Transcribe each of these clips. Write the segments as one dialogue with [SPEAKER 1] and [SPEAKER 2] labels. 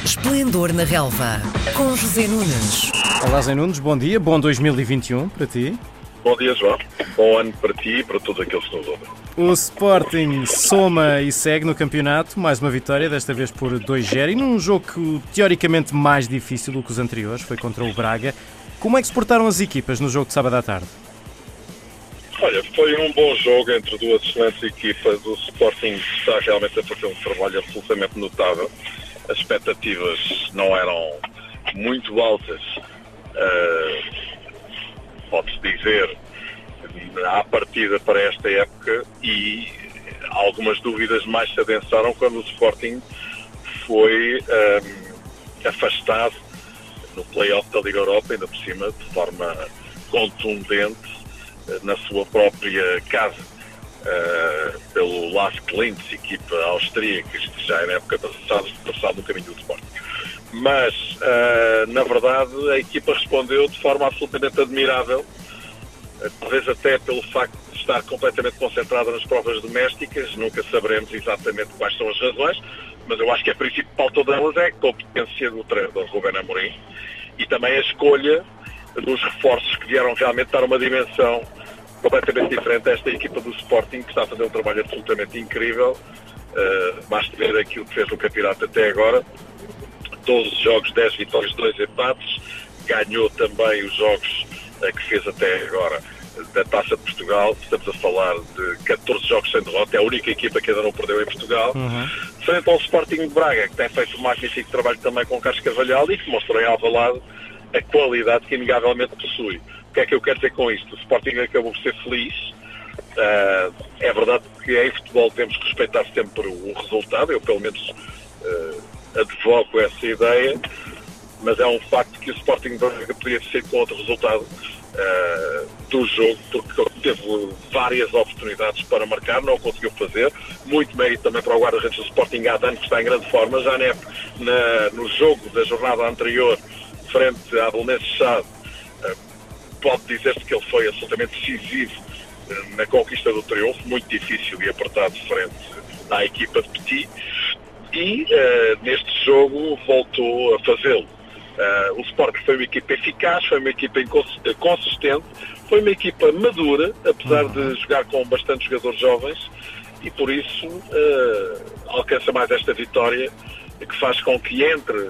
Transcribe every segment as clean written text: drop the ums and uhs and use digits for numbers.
[SPEAKER 1] Esplendor na Relva, com José Nunes.
[SPEAKER 2] Olá Zé Nunes, bom dia, bom 2021 para ti.
[SPEAKER 3] Bom dia, João. Bom ano para ti e para todos aqueles que nos ouvem.
[SPEAKER 2] O Sporting soma e segue no campeonato, mais uma vitória, desta vez por 2-0, e num jogo teoricamente mais difícil do que os anteriores, foi contra o Braga. Como é que se portaram as equipas no jogo de sábado à tarde?
[SPEAKER 3] Olha, foi um bom jogo entre duas excelentes equipas. O Sporting está realmente a fazer um trabalho absolutamente notável. As expectativas não eram muito altas, pode-se dizer, à partida para esta época, e algumas dúvidas mais se adensaram quando o Sporting foi afastado no play-off da Liga Europa, ainda por cima, de forma contundente, na sua própria casa, pelo Lask Linz, equipa austríaca, que já na época passada no caminho do Sporting. Mas, na verdade, a equipa respondeu de forma absolutamente admirável, talvez até pelo facto de estar completamente concentrada nas provas domésticas. Nunca saberemos exatamente quais são as razões, mas eu acho que a principal de todas elas é a competência do treinador Ruben Amorim e também a escolha dos reforços que vieram realmente dar uma dimensão completamente diferente a esta equipa do Sporting, que está a fazer um trabalho absolutamente incrível. Basta ver aquilo que fez no campeonato até agora: 12 jogos, 10 vitórias, 2 empates. Ganhou também os jogos que fez até agora da Taça de Portugal. Estamos a falar de 14 jogos sem derrota, é a única equipa que ainda não perdeu em Portugal. Frente ao Sporting de Braga, que tem feito um magnífico trabalho também com Carlos Carvalhal e que mostrou em Alvalade a qualidade que inegavelmente possui. O que é que eu quero dizer com isto? O Sporting acabou por ser feliz. É verdade que em futebol temos que respeitar sempre o resultado, eu pelo menos advogo essa ideia, mas é um facto que o Sporting podia ser com outro resultado do jogo, porque teve várias oportunidades para marcar, não o conseguiu fazer. Muito mérito também para o guarda-redes do Sporting, Adán, que está em grande forma. Já no jogo da jornada anterior, frente à Belenenses Sade, pode dizer-se que ele foi absolutamente decisivo na conquista do triunfo, muito difícil e apertado frente à equipa de Petit, e neste jogo voltou a fazê-lo. O Sporting foi uma equipa eficaz, foi uma equipa consistente, foi uma equipa madura, apesar de jogar com bastantes jogadores jovens, e por isso alcança mais esta vitória, que faz com que entre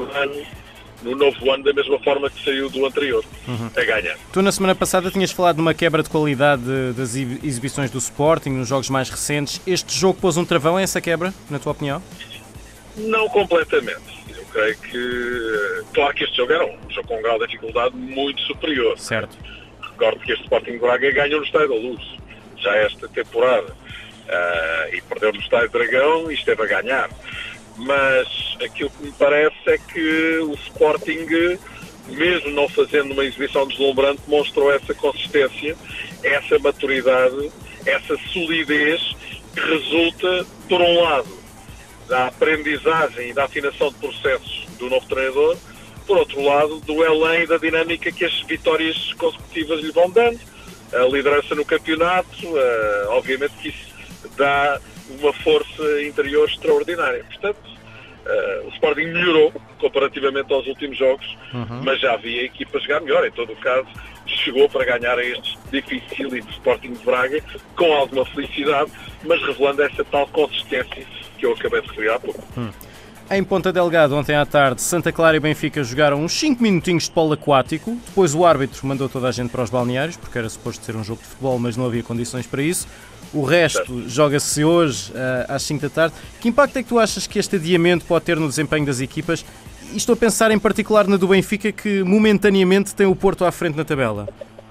[SPEAKER 3] no novo ano da mesma forma que saiu do anterior, a ganhar.
[SPEAKER 2] Tu na semana passada tinhas falado de uma quebra de qualidade das exibições do Sporting nos jogos mais recentes. Este jogo pôs um travão a essa quebra, na tua opinião?
[SPEAKER 3] Não completamente. Eu creio que, claro que este jogo era um jogo com um grau de dificuldade muito superior.
[SPEAKER 2] Certo.
[SPEAKER 3] Recordo que este Sporting de Braga ganhou no Estádio da Luz, já esta temporada, e perdeu no Estádio Dragão e esteve a ganhar. Mas aquilo que me parece é que o Sporting, mesmo não fazendo uma exibição deslumbrante, mostrou essa consistência, essa maturidade, essa solidez que resulta, por um lado, da aprendizagem e da afinação de processos do novo treinador, por outro lado, do elan e da dinâmica que as vitórias consecutivas lhe vão dando, a liderança no campeonato. Obviamente que isso dá uma força interior extraordinária. Portanto, o Sporting melhorou comparativamente aos últimos jogos, mas já havia a equipa jogar melhor. Em todo o caso, chegou para ganhar a este difícil e do Sporting de Braga com alguma felicidade, mas revelando essa tal consistência que eu acabei de referir há pouco.
[SPEAKER 2] Em Ponta Delgado, ontem à tarde, Santa Clara e Benfica jogaram uns 5 minutinhos de polo aquático. Depois o árbitro mandou toda a gente para os balneários, porque era suposto ser um jogo de futebol, mas não havia condições para isso. O resto joga-se hoje às 5 da tarde. Que impacto é que tu achas que este adiamento pode ter no desempenho das equipas? E estou a pensar em particular na do Benfica, que momentaneamente tem o Porto à frente na tabela.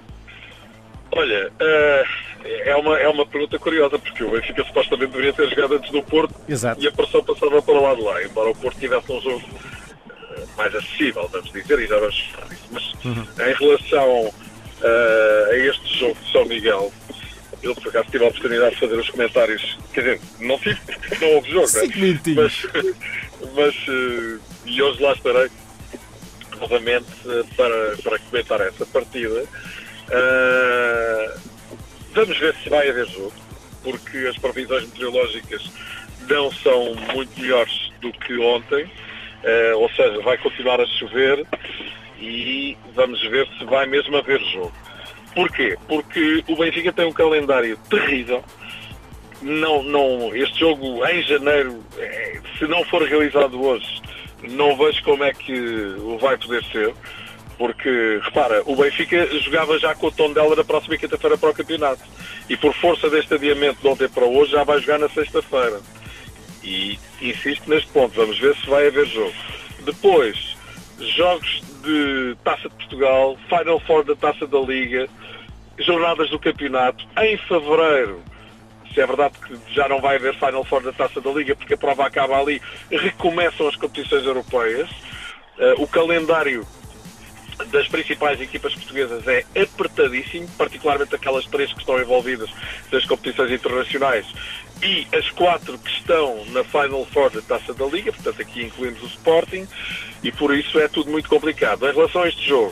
[SPEAKER 3] Olha, é uma pergunta curiosa, porque o Benfica supostamente deveria ter jogado antes do Porto.
[SPEAKER 2] Exato.
[SPEAKER 3] E a pressão passava para o lado de lá, embora o Porto tivesse um jogo mais acessível, vamos dizer, e já vamos falar disso. Mas em relação a este jogo de São Miguel, eu por acaso tive a oportunidade de fazer os comentários, quer dizer, não tive, não houve jogo, né? mas e hoje lá estarei novamente para comentar essa partida. Vamos ver se vai haver jogo, porque as previsões meteorológicas não são muito melhores do que ontem. ou seja, vai continuar a chover e vamos ver se vai mesmo haver jogo. Porquê? Porque o Benfica tem um calendário terrível. Este jogo em janeiro, se não for realizado hoje, não vejo como é que o vai poder ser. Porque, repara, o Benfica jogava já com o Tondela na próxima quinta-feira para o campeonato. E por força deste adiamento de ontem para hoje, já vai jogar na sexta-feira. E insisto neste ponto, vamos ver se vai haver jogo. Depois, jogos de Taça de Portugal, Final Four da Taça da Liga, jornadas do campeonato. Em fevereiro, se é verdade que já não vai haver Final Four da Taça da Liga, porque a prova acaba ali, recomeçam as competições europeias. O calendário das principais equipas portuguesas é apertadíssimo, particularmente aquelas 3 que estão envolvidas nas competições internacionais e as 4 que estão na Final Four da Taça da Liga, portanto aqui incluímos o Sporting, e por isso é tudo muito complicado. Em relação a este jogo,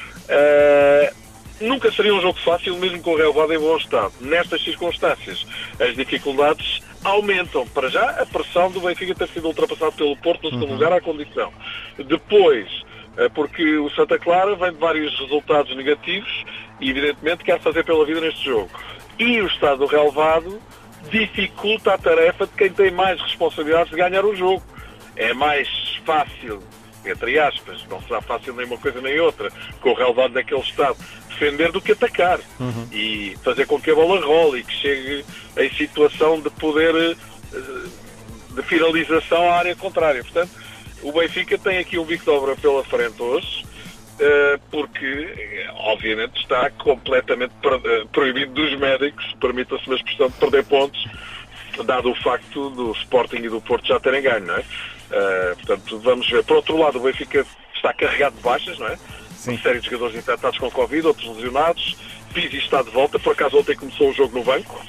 [SPEAKER 3] nunca seria um jogo fácil, mesmo com o relevado em bom estado. Nestas circunstâncias, as dificuldades aumentam. Para já, a pressão do Benfica ter sido ultrapassado pelo Porto no segundo lugar à condição. Depois, porque o Santa Clara vem de vários resultados negativos e evidentemente quer fazer pela vida neste jogo. E o estado do relevado dificulta a tarefa de quem tem mais responsabilidades de ganhar o jogo. É mais fácil, entre aspas, não será fácil nem uma coisa nem outra, com o relevado daquele estado, defender do que atacar e fazer com que a bola role e que chegue em situação de poder de finalização à área contrária. Portanto, o Benfica tem aqui um bico de obra pela frente hoje, porque, obviamente, está completamente proibido dos médicos, permita-se uma expressão, de perder pontos, dado o facto do Sporting e do Porto já terem ganho, não é? Portanto, vamos ver. Por outro lado, o Benfica está carregado de baixas, não é? Uma série de jogadores infectados com Covid, outros lesionados. Pizzi está de volta, por acaso ontem começou o jogo no banco.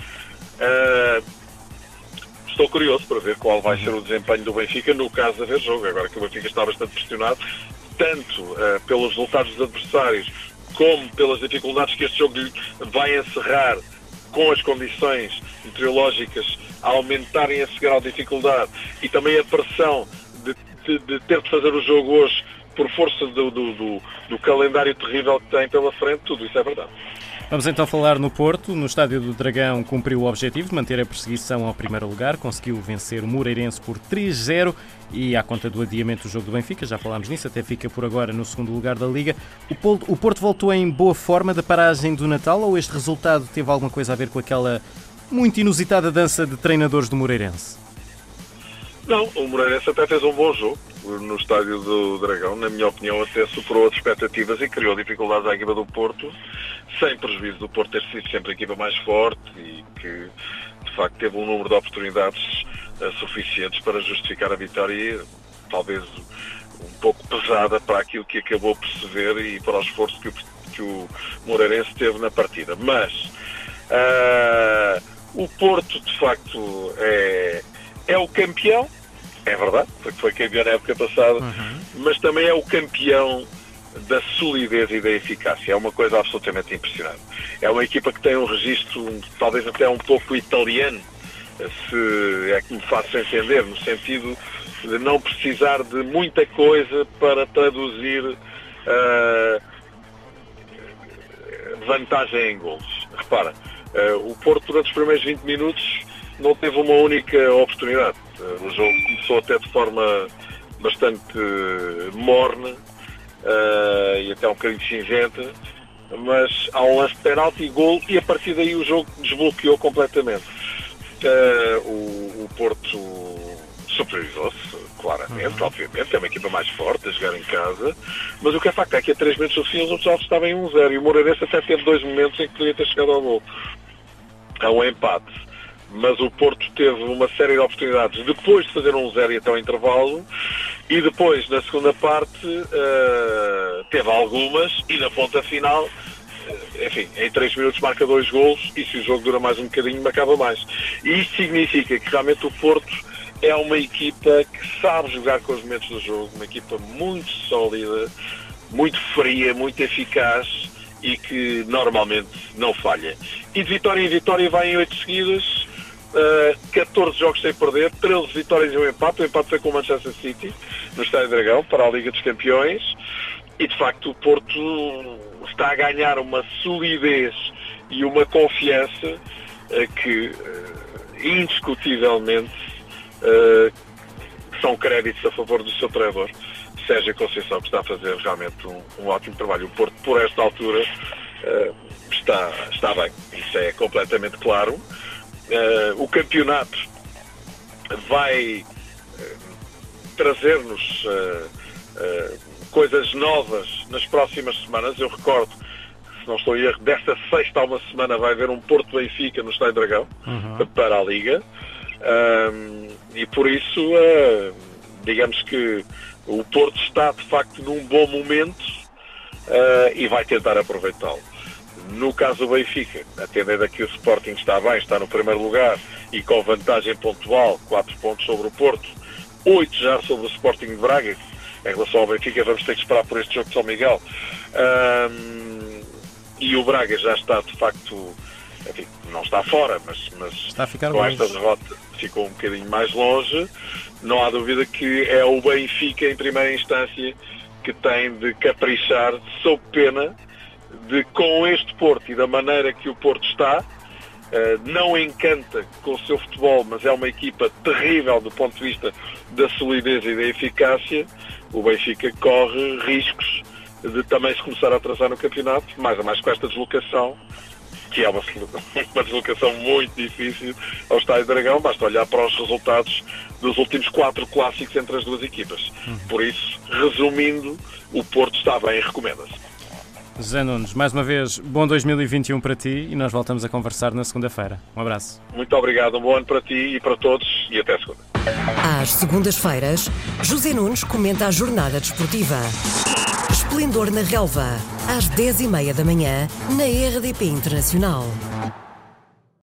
[SPEAKER 3] Estou curioso para ver qual vai ser o desempenho do Benfica no caso de haver jogo, agora que o Benfica está bastante pressionado, tanto pelos resultados dos adversários, como pelas dificuldades que este jogo vai encerrar com as condições meteorológicas a aumentarem esse grau de dificuldade e também a pressão de ter de fazer o jogo hoje por força do calendário terrível que tem pela frente. Tudo isso é verdade.
[SPEAKER 2] Vamos então falar no Porto. No Estádio do Dragão cumpriu o objetivo de manter a perseguição ao primeiro lugar, conseguiu vencer o Moreirense por 3-0 e à conta do adiamento do jogo do Benfica, já falámos nisso, até fica por agora no segundo lugar da Liga. O Porto voltou em boa forma da paragem do Natal ou este resultado teve alguma coisa a ver com aquela muito inusitada dança de treinadores do Moreirense?
[SPEAKER 3] Não, o Moreirense até fez um bom jogo no Estádio do Dragão, na minha opinião até superou as expectativas e criou dificuldades à equipa do Porto, sem prejuízo do Porto ter sido sempre a equipa mais forte e que de facto teve um número de oportunidades suficientes para justificar a vitória, talvez um pouco pesada para aquilo que acabou por se ver e para o esforço que o Moreirense teve na partida. Mas o Porto de facto é o campeão, é verdade, porque foi campeão na época passada, mas também é o campeão da solidez e da eficácia. É uma coisa absolutamente impressionante. É uma equipa que tem um registro talvez até um pouco italiano, se é que me faço entender, no sentido de não precisar de muita coisa para traduzir vantagem em golos. Repara, o Porto durante os primeiros 20 minutos não teve uma única oportunidade. O jogo começou até de forma bastante morna e até um bocadinho cinzenta, mas há um lance de penalti e gol e a partir daí o jogo desbloqueou completamente. O Porto superiorizou-se, claramente, obviamente, é uma equipa mais forte a jogar em casa, mas o que é facto é que a 3 minutos do fim os outros jogos estavam em 1-0 e o Moreirense até teve 2 momentos em que podia ter chegado ao gol. É um empate. Mas o Porto teve uma série de oportunidades depois de fazer 1-0 e até ao intervalo, e depois, na segunda parte, teve algumas, e na ponta final, enfim, em 3 minutos marca 2 golos, e se o jogo dura mais um bocadinho, acaba mais. E isto significa que realmente o Porto é uma equipa que sabe jogar com os momentos do jogo, uma equipa muito sólida, muito fria, muito eficaz, e que normalmente não falha. E de vitória em vitória vai em 8 seguidas, 14 jogos sem perder, 13 vitórias e um empate. O empate foi com o Manchester City no Estádio Dragão para a Liga dos Campeões, e de facto o Porto está a ganhar uma solidez e uma confiança que indiscutivelmente são créditos a favor do seu treinador, Sérgio Conceição, que está a fazer realmente um ótimo trabalho. O Porto, por esta altura, está bem, isso é completamente claro. O campeonato vai trazer-nos coisas novas nas próximas semanas. Eu recordo, se não estou em erro, desta sexta a uma semana vai haver um Porto-Benfica no Estádio Dragão para a Liga, e por isso digamos que o Porto está de facto num bom momento e vai tentar aproveitá-lo. No caso do Benfica, atendendo a que o Sporting está bem, está no primeiro lugar e com vantagem pontual, 4 pontos sobre o Porto, 8 já sobre o Sporting de Braga. Em relação ao Benfica, vamos ter que esperar por este jogo de São Miguel. E o Braga já está, de facto, enfim, não está fora, mas
[SPEAKER 2] está a ficar
[SPEAKER 3] com
[SPEAKER 2] longe.
[SPEAKER 3] esta derrota ficou um bocadinho mais longe. Não há dúvida que é o Benfica, em primeira instância, que tem de caprichar, sob pena de, com este Porto e da maneira que o Porto está, não encanta com o seu futebol, mas é uma equipa terrível do ponto de vista da solidez e da eficácia. O Benfica corre riscos de também se começar a atrasar no campeonato, mais a mais com esta deslocação, que é uma deslocação muito difícil ao Estádio Dragão. Basta olhar para os resultados dos últimos 4 clássicos entre as duas equipas. Por isso, resumindo, o Porto está bem e recomenda-se.
[SPEAKER 2] José Nunes, mais uma vez, bom 2021 para ti, e nós voltamos a conversar na segunda-feira. Um abraço.
[SPEAKER 3] Muito obrigado, um bom ano para ti e para todos, e até segunda.
[SPEAKER 1] Às segundas-feiras, José Nunes comenta a jornada desportiva. Esplendor na Relva, às 10h30 da manhã, na RDP Internacional.